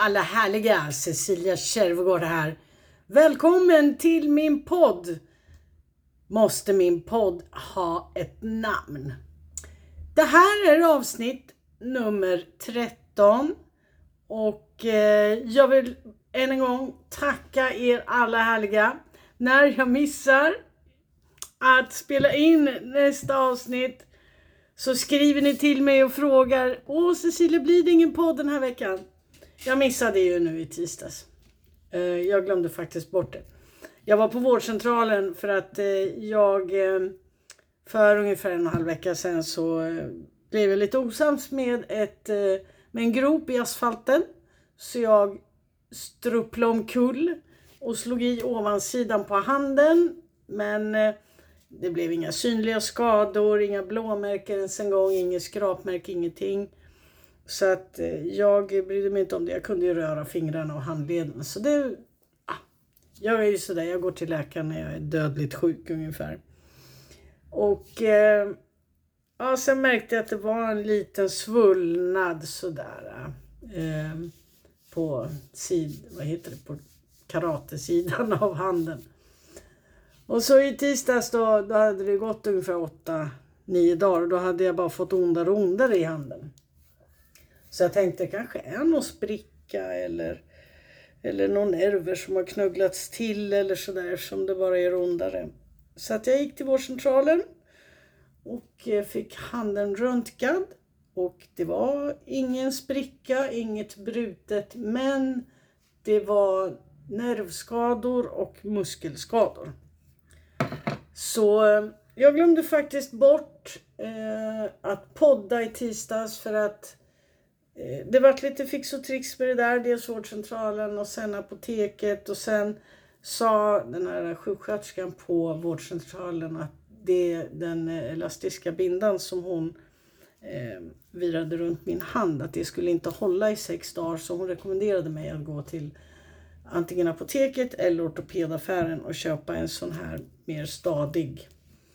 alla härliga, Cecilia Kärvegård här. Välkommen till min podd. Måste min podd ha ett namn? Det här är avsnitt nummer 13. Och jag vill än en gång tacka er alla härliga. När jag missar att spela in nästa avsnitt så skriver ni till mig och frågar: Cecilia, blir det ingen podd den här veckan? Jag missade ju nu i tisdags. Jag glömde faktiskt bort det. Jag var på vårdcentralen för att jag för ungefär 1,5 vecka sedan så blev jag lite osams med en grop i asfalten. Så jag strupplade omkull och slog i ovansidan på handen. Men det blev inga synliga skador, inga blåmärken ens en gång, inget skrapmärke, ingenting. Så att jag brydde mig inte om det. Jag kunde ju röra fingrarna och handleden. Så det, jag är ju sådär, jag går till läkaren när jag är dödligt sjuk ungefär. Och sen märkte jag att det var en liten svullnad sådär. På på karatesidan av handen. Och så i tisdags då hade det gått ungefär 8-9 dagar. Och då hade jag bara fått ondare och ondare i handen. Så jag tänkte kanske är någon spricka eller någon nerver som har knugglats till eller sådär som det bara är ondare. Så att jag gick till vårdcentralen och fick handen röntgad. Och det var ingen spricka, inget brutet, men det var nervskador och muskelskador. Så jag glömde faktiskt bort att podda i tisdags för att det var lite fix och tricks med det där. Dels vårdcentralen och sen apoteket. Och sen sa den här sjuksköterskan på vårdcentralen att den elastiska bindan som hon virade runt min hand, att det skulle inte hålla i 6 dagar. Så hon rekommenderade mig att gå till antingen apoteket eller ortopedaffären och köpa en sån här mer stadig,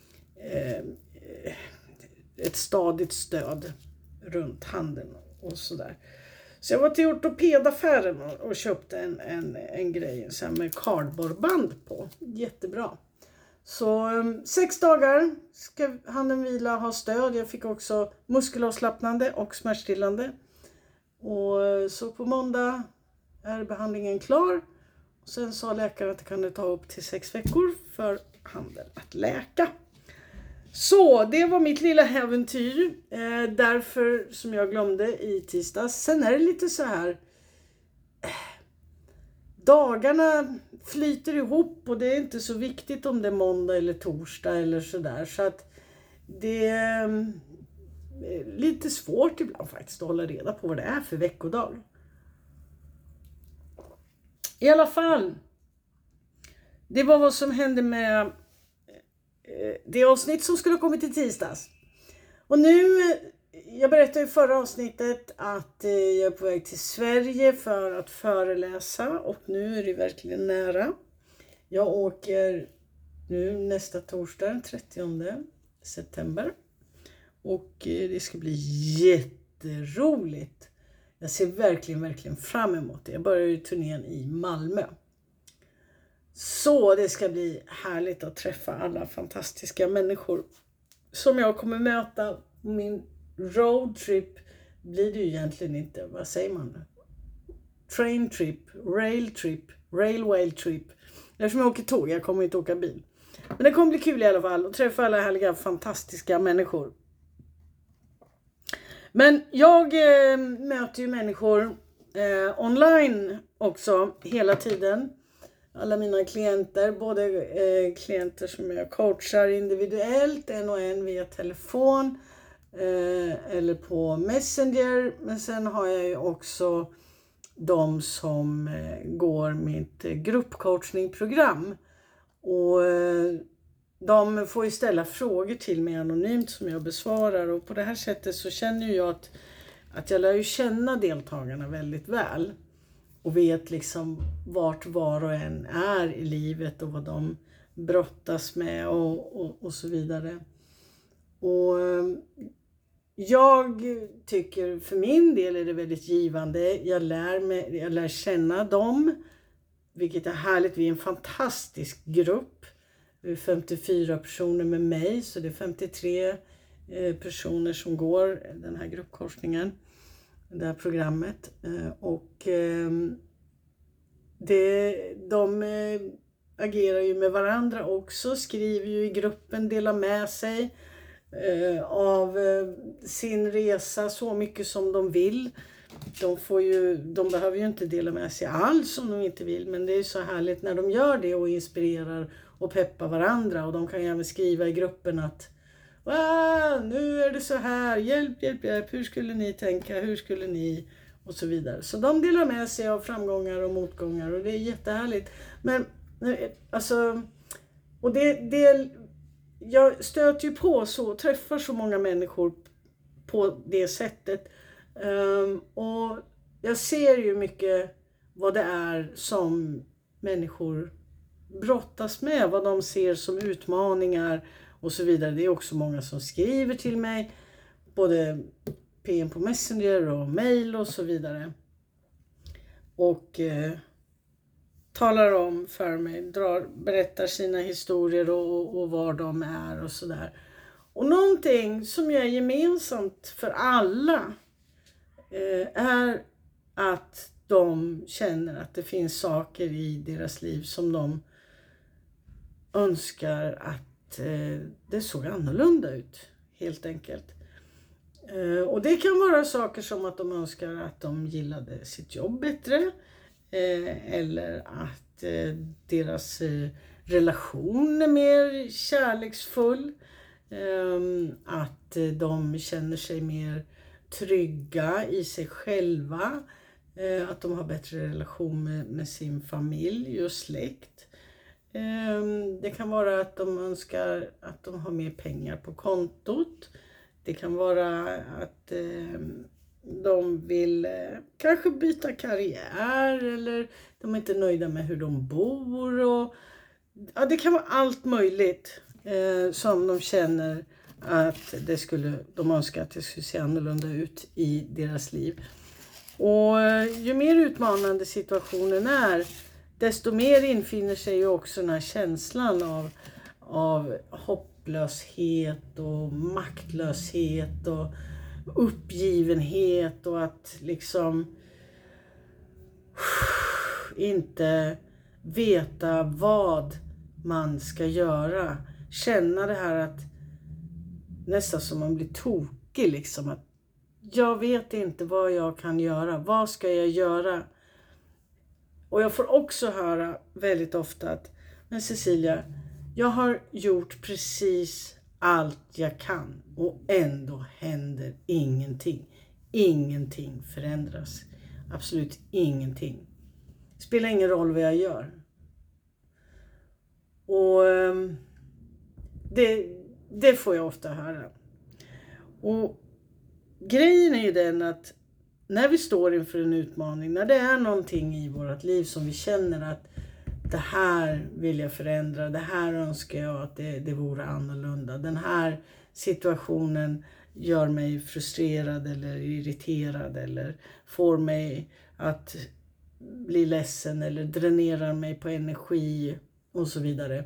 ett stadigt stöd runt handen och sådär. Så jag var till ortopedaffären och köpte en grej så här med kardborreband på. Jättebra. Så 6 dagar ska handen vila, ha stöd. Jag fick också muskelavslappnande och smärtstillande. Och så på måndag är behandlingen klar. Och sen sa läkaren att det kan ta upp till 6 veckor för handen att läka. Så det var mitt lilla äventyr. Därför som jag glömde i tisdags. Sen är det lite så här. Dagarna flyter ihop och det är inte så viktigt om det är måndag eller torsdag eller sådär. Så att det är lite svårt ibland faktiskt att hålla reda på vad det är för veckodag. I alla fall. Det var vad som hände med det avsnitt som skulle ha kommit i tisdags. Och nu, jag berättade i förra avsnittet att jag är på väg till Sverige för att föreläsa. Och nu är det verkligen nära. Jag åker nu nästa torsdag, 30 september. Och det ska bli jätteroligt. Jag ser verkligen fram emot det. Jag börjar ju turnén i Malmö. Så det ska bli härligt att träffa alla fantastiska människor som jag kommer möta. Min roadtrip blir det ju egentligen inte, vad säger man? Train trip, rail trip, railway trip. Eftersom jag åker tåg, jag kommer inte åka bil. Men det kommer bli kul i alla fall att träffa alla härliga fantastiska människor. Men jag möter ju människor online också hela tiden. Alla mina klienter, både klienter som jag coachar individuellt, en och en via telefon eller på Messenger. Men sen har jag ju också de som går mitt gruppcoachningprogram. Och de får ju ställa frågor till mig anonymt som jag besvarar. Och på det här sättet så känner jag att jag lär ju känna deltagarna väldigt väl. Och vet liksom vart var och en är i livet och vad de brottas med och så vidare. Och jag tycker för min del är det väldigt givande. Jag lär känna dem, vilket är härligt. Vi är en fantastisk grupp. Vi är 54 personer med mig, så det är 53 personer som går den här gruppkorsningen, det här programmet. Och de agerar ju med varandra också, skriver ju i gruppen, delar med sig av sin resa så mycket som de vill. De behöver ju inte dela med sig alls om de inte vill, men det är så härligt när de gör det och inspirerar och peppar varandra. Och de kan ju även skriva i gruppen att nu är det så här, hjälp, hur skulle ni tänka, hur skulle ni, och så vidare. Så de delar med sig av framgångar och motgångar, och det är jättehärligt. Men alltså, och jag stöter ju på träffar så många människor på det sättet. Och jag ser ju mycket vad det är som människor brottas med, vad de ser som utmaningar och så vidare. Det är också många som skriver till mig, både PM på Messenger och mail och så vidare. Och talar om för mig, berättar sina historier och var de är och sådär. Och någonting som är gemensamt för alla är att de känner att det finns saker i deras liv som de önskar att det såg annorlunda ut, helt enkelt. Och det kan vara saker som att de önskar att de gillade sitt jobb bättre, eller att deras relation är mer kärleksfull, att de känner sig mer trygga i sig själva, att de har bättre relation med sin familj och släkt. Det kan vara att de önskar att de har mer pengar på kontot. Det kan vara att de vill kanske byta karriär, eller de är inte nöjda med hur de bor. Och, det kan vara allt möjligt som de känner att de önskar att det skulle se annorlunda ut i deras liv. Och ju mer utmanande situationen är, desto mer infinner sig ju också den här känslan av hopplöshet och maktlöshet och uppgivenhet, och att liksom inte veta vad man ska göra. Känna det här att nästan som man blir tokig, liksom att jag vet inte vad jag kan göra. Vad ska jag göra? Och jag får också höra väldigt ofta att, men Cecilia, jag har gjort precis allt jag kan och ändå händer ingenting. Ingenting förändras. Absolut ingenting. Det spelar ingen roll vad jag gör. Och det får jag ofta höra. Och grejen är ju den att när vi står inför en utmaning, när det är någonting i vårt liv som vi känner att det här vill jag förändra, det här önskar jag att det vore annorlunda, den här situationen gör mig frustrerad eller irriterad eller får mig att bli ledsen eller dränerar mig på energi och så vidare.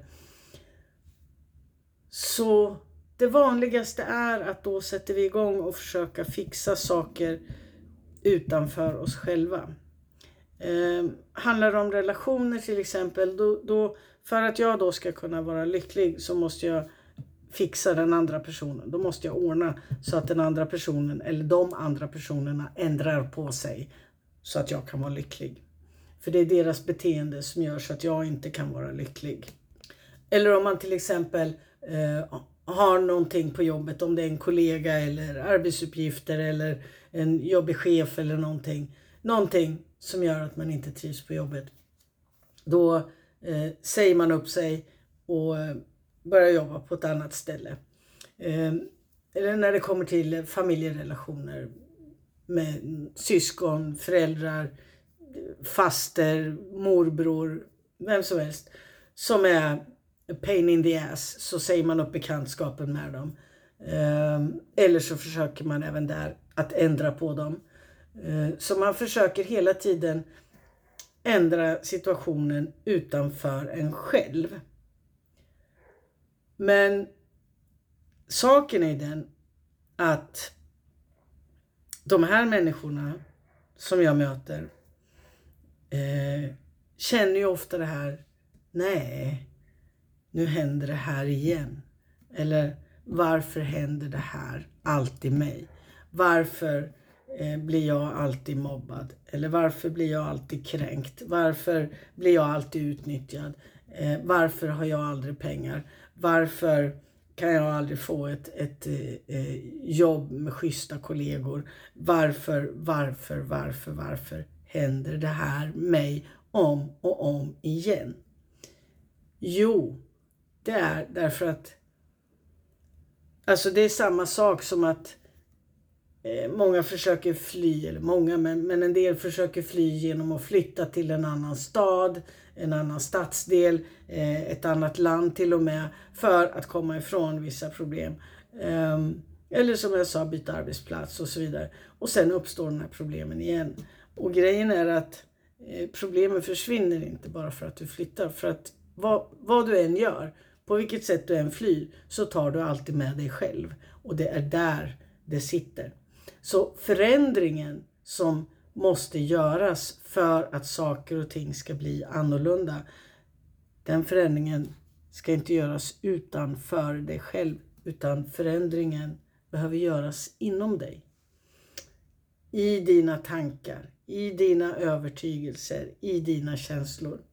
Så det vanligaste är att då sätter vi igång och försöka fixa saker utanför oss själva. Handlar det om relationer till exempel, då för att jag då ska kunna vara lycklig så måste jag fixa den andra personen. Då måste jag ordna så att den andra personen eller de andra personerna ändrar på sig så att jag kan vara lycklig. För det är deras beteende som gör så att jag inte kan vara lycklig. Eller om man till exempel har någonting på jobbet, om det är en kollega eller arbetsuppgifter eller en jobbig chef eller någonting som gör att man inte trivs på jobbet. Då säger man upp sig och börjar jobba på ett annat ställe. Eller när det kommer till familjerelationer med syskon, föräldrar, faster, morbror, vem som helst som är pain in the ass, så säger man upp bekantskapen med dem. Eller så försöker man även där att ändra på dem. Så man försöker hela tiden ändra situationen utanför en själv. Men saken är den att de här människorna som jag möter känner ju ofta det här, nej, nu händer det här igen. Eller varför händer det här alltid mig? Varför blir jag alltid mobbad? Eller varför blir jag alltid kränkt? Varför blir jag alltid utnyttjad? Varför har jag aldrig pengar? Varför kan jag aldrig få ett jobb med schyssta kollegor? Varför händer det här mig om och om igen? Jo, det är därför att alltså det är samma sak som att många försöker fly, eller många, men en del försöker fly genom att flytta till en annan stad, en annan stadsdel, ett annat land till och med, för att komma ifrån vissa problem. Eller som jag sa, byta arbetsplats och så vidare. Och sen uppstår de här problemen igen. Och grejen är att problemen försvinner inte bara för att du flyttar. För att vad du än gör, på vilket sätt du än flyr, så tar du alltid med dig själv. Och det är där det sitter. Så förändringen som måste göras för att saker och ting ska bli annorlunda, den förändringen ska inte göras utanför dig själv, utan förändringen behöver göras inom dig. I dina tankar, i dina övertygelser, i dina känslor.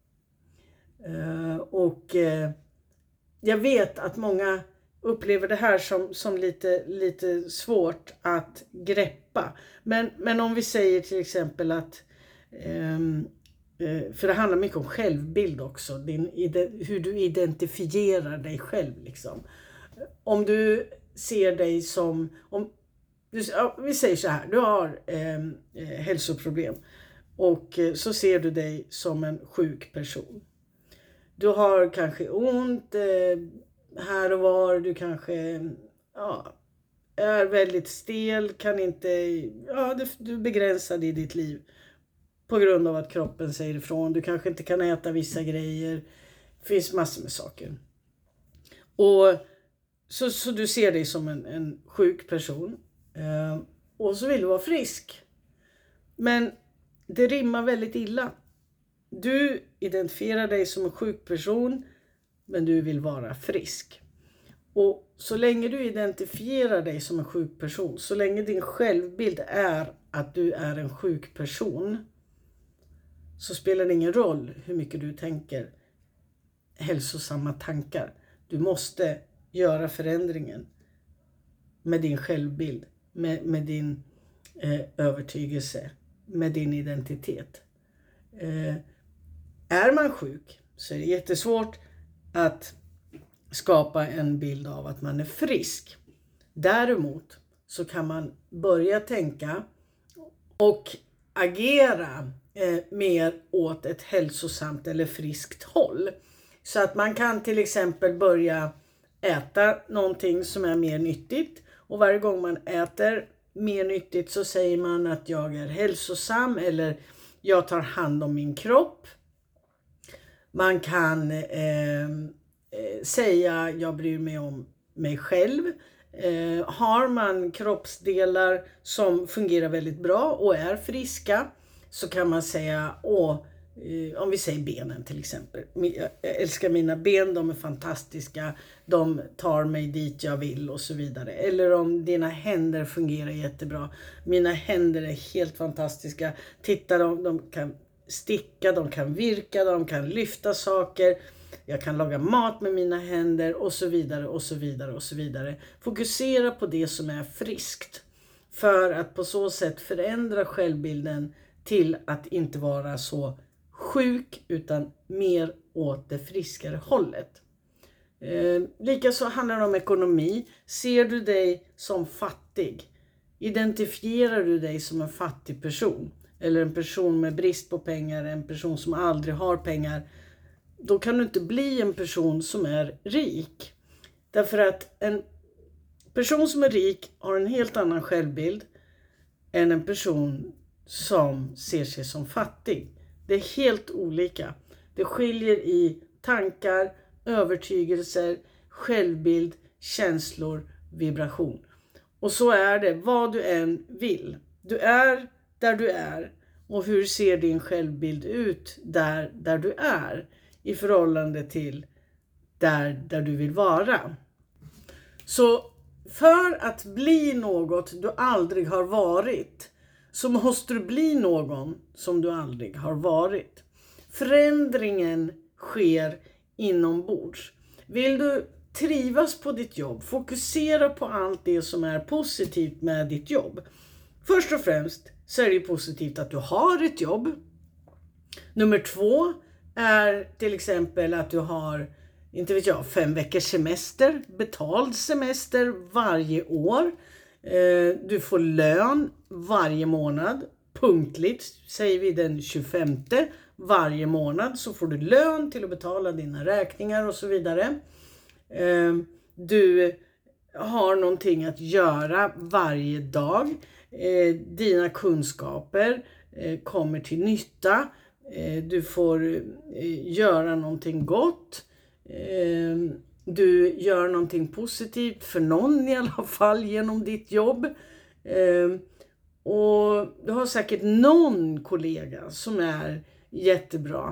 Jag vet att många upplever det här som lite svårt att greppa. Men om vi säger till exempel att, för det handlar mycket om självbild också, hur du identifierar dig själv liksom. Om du ser dig som, vi säger så här, du har hälsoproblem och så ser du dig som en sjuk person. Du har kanske ont här och var, du kanske är väldigt stel, kan inte, du är begränsad i ditt liv på grund av att kroppen säger ifrån. Du kanske inte kan äta vissa grejer, det finns massor med saker. Och så du ser dig som en sjuk person, och så vill du vara frisk. Men det rimmar väldigt illa. Du identifierar dig som en sjuk person, men du vill vara frisk. Och så länge du identifierar dig som en sjuk person, så länge din självbild är att du är en sjuk person, så spelar det ingen roll hur mycket du tänker hälsosamma tankar. Du måste göra förändringen med din självbild, med din övertygelse, med din identitet. Är man sjuk så är det jättesvårt att skapa en bild av att man är frisk. Däremot så kan man börja tänka och agera mer åt ett hälsosamt eller friskt håll. Så att man kan till exempel börja äta någonting som är mer nyttigt. Och varje gång man äter mer nyttigt så säger man att jag är hälsosam eller jag tar hand om min kropp. Man kan säga jag bryr mig om mig själv. Har man kroppsdelar som fungerar väldigt bra och är friska, så kan man säga, om vi säger benen till exempel. Jag älskar mina ben, de är fantastiska. De tar mig dit jag vill och så vidare. Eller om dina händer fungerar jättebra. Mina händer är helt fantastiska. Titta, de kan sticka, de kan virka, de kan lyfta saker. Jag kan laga mat med mina händer och så vidare och så vidare och så vidare. Fokusera på det som är friskt. För att på så sätt förändra självbilden till att inte vara så sjuk utan mer åt det friskare hållet. Likaså handlar det om ekonomi. Ser du dig som fattig? Identifierar du dig som en fattig person? Eller en person med brist på pengar, en person som aldrig har pengar? Då kan du inte bli en person som är rik. Därför att en person som är rik har en helt annan självbild än en person som ser sig som fattig. Det är helt olika. Det skiljer i tankar, övertygelser, självbild, känslor, vibration. Och så är det vad du än vill. Du är där du är. Och hur ser din självbild ut där du är i förhållande till där du vill vara. Så för att bli något du aldrig har varit så måste du bli någon som du aldrig har varit. Förändringen sker inombords. Vill du trivas på ditt jobb, fokusera på allt det som är positivt med ditt jobb. Först och främst så är det positivt att du har ett jobb. Nummer 2 är till exempel att du har, 5 veckors semester, betald semester varje år. Du får lön varje månad, punktligt säger vi den 25 varje månad så får du lön till att betala dina räkningar och så vidare. Du har någonting att göra varje dag. Dina kunskaper kommer till nytta. Du får göra någonting gott. Du gör någonting positivt för någon i alla fall genom ditt jobb. Och du har säkert någon kollega som är jättebra.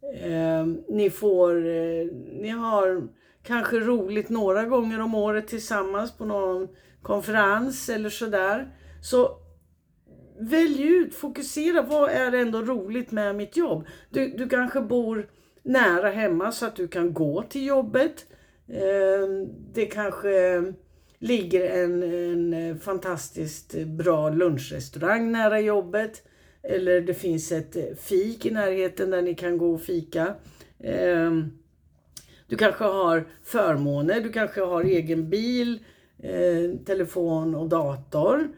Ni har kanske roligt några gånger om året tillsammans på någon konferens eller sådär. Så välj ut, fokusera, vad är ändå roligt med mitt jobb? Du kanske bor nära hemma så att du kan gå till jobbet. Det kanske ligger en fantastiskt bra lunchrestaurang nära jobbet. Eller det finns ett fik i närheten där ni kan gå och fika. Du kanske har förmåner, du kanske har egen bil, telefon och dator.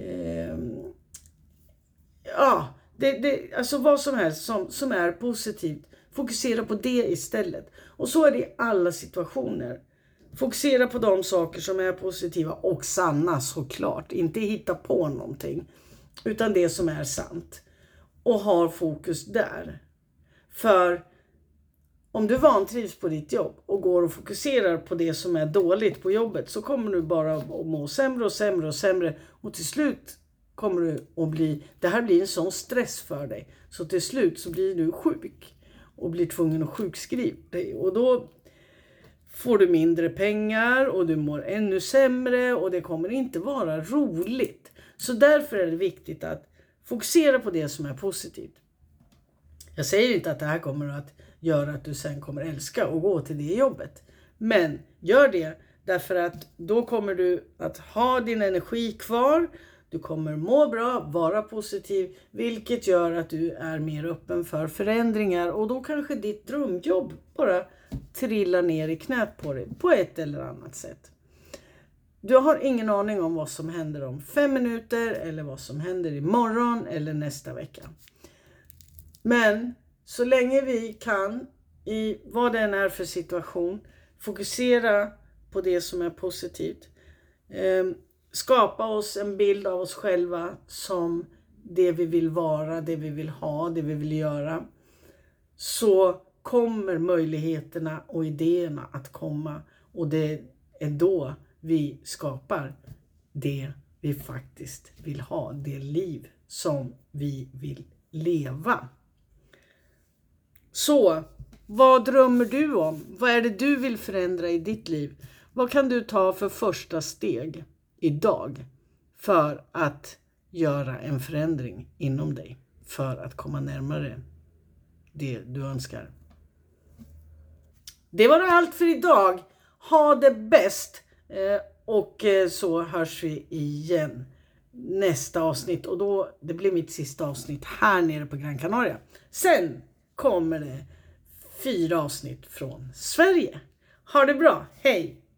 Alltså vad som helst som är positivt. Fokusera på det istället. Och så är det i alla situationer. Fokusera på de saker som är positiva och sanna såklart. Inte hitta på någonting. Utan det som är sant. Och ha fokus där. För om du vantrivs på ditt jobb och går och fokuserar på det som är dåligt på jobbet så kommer du bara att må sämre och sämre och sämre. Och till slut kommer du att det här blir en sån stress för dig. Så till slut så blir du sjuk och blir tvungen att sjukskriva dig. Och då får du mindre pengar och du mår ännu sämre och det kommer inte vara roligt. Så därför är det viktigt att fokusera på det som är positivt. Jag säger inte att det här kommer att göra att du sen kommer älska och gå till det jobbet. Men gör det därför att då kommer du att ha din energi kvar. Du kommer må bra, vara positiv, vilket gör att du är mer öppen för förändringar. Och då kanske ditt drömjobb bara trillar ner i knät på dig på ett eller annat sätt. Du har ingen aning om vad som händer om 5 minuter eller vad som händer imorgon eller nästa vecka. Men så länge vi kan, i vad den är för situation, fokusera på det som är positivt. Skapa oss en bild av oss själva som det vi vill vara, det vi vill ha, det vi vill göra. Så kommer möjligheterna och idéerna att komma. Och det är då vi skapar det vi faktiskt vill ha. Det liv som vi vill leva. Så, vad drömmer du om? Vad är det du vill förändra i ditt liv? Vad kan du ta för första steg idag för att göra en förändring inom dig? För att komma närmare det du önskar. Det var allt för idag. Ha det bäst. Och så hörs vi igen nästa avsnitt. Och då, det blir mitt sista avsnitt här nere på Gran Canaria. Sen kommer det 4 avsnitt från Sverige. Ha det bra. Hej!